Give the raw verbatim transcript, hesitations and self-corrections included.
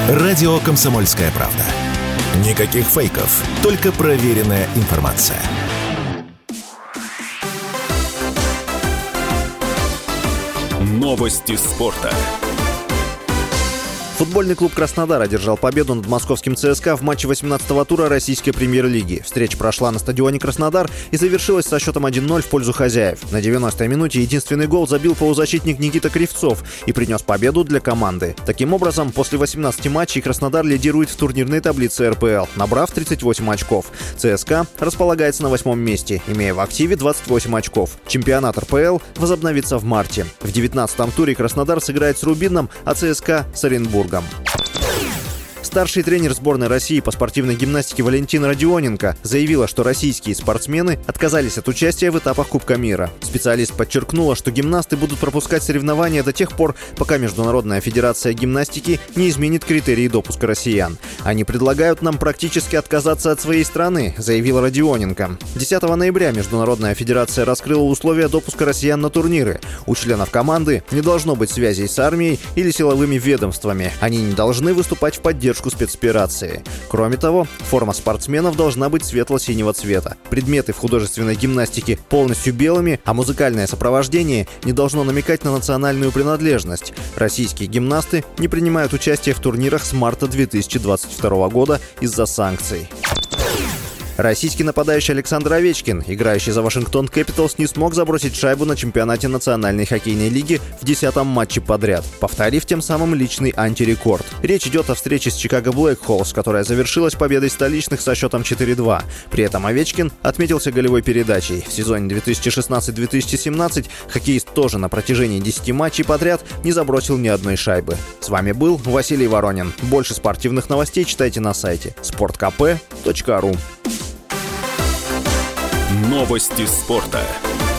Радио «Комсомольская правда». Никаких фейков, только проверенная информация. Новости спорта. Футбольный клуб «Краснодар» одержал победу над московским ЦСКА в матче восемнадцатого тура российской премьер-лиги. Встреча прошла на стадионе «Краснодар» и завершилась со счетом один ноль в пользу хозяев. На девяностой минуте единственный гол забил полузащитник Никита Кривцов и принес победу для команды. Таким образом, после восемнадцати матчей «Краснодар» лидирует в турнирной таблице эр пэ эл, набрав тридцать восемь очков. ЦСКА располагается на восьмом месте, имея в активе двадцать восемь очков. Чемпионат эр пэ эл возобновится в марте. В девятнадцатом туре «Краснодар» сыграет с «Рубином», а ЦСКА с «Оренбургом». Старший тренер сборной России по спортивной гимнастике Валентина Родионенко заявила, что российские спортсмены отказались от участия в этапах Кубка мира. Специалист подчеркнула, что гимнасты будут пропускать соревнования до тех пор, пока Международная федерация гимнастики не изменит критерии допуска россиян. Они предлагают нам практически отказаться от своей страны, заявила Родионенко. десятого ноября Международная федерация раскрыла условия допуска россиян на турниры. У членов команды не должно быть связей с армией или силовыми ведомствами. Они не должны выступать в поддержку спецоперации. Кроме того, форма спортсменов должна быть светло-синего цвета. Предметы в художественной гимнастике полностью белыми, а музыкальное сопровождение не должно намекать на национальную принадлежность. Российские гимнасты не принимают участие в турнирах с марта две тысячи двадцать второго года из-за санкций. Российский нападающий Александр Овечкин, играющий за Вашингтон Кэпиталс, не смог забросить шайбу на чемпионате Национальной хоккейной лиги в десятом матче подряд, повторив тем самым личный антирекорд. Речь идет о встрече с Чикаго Блэк Холлс, которая завершилась победой столичных со счетом четыре два. При этом Овечкин отметился голевой передачей. В сезоне две тысячи шестнадцать - две тысячи семнадцать хоккеист тоже на протяжении десяти матчей подряд не забросил ни одной шайбы. С вами был Василий Воронин. Больше спортивных новостей читайте на сайте спорт ка пэ точка ру. Новости спорта.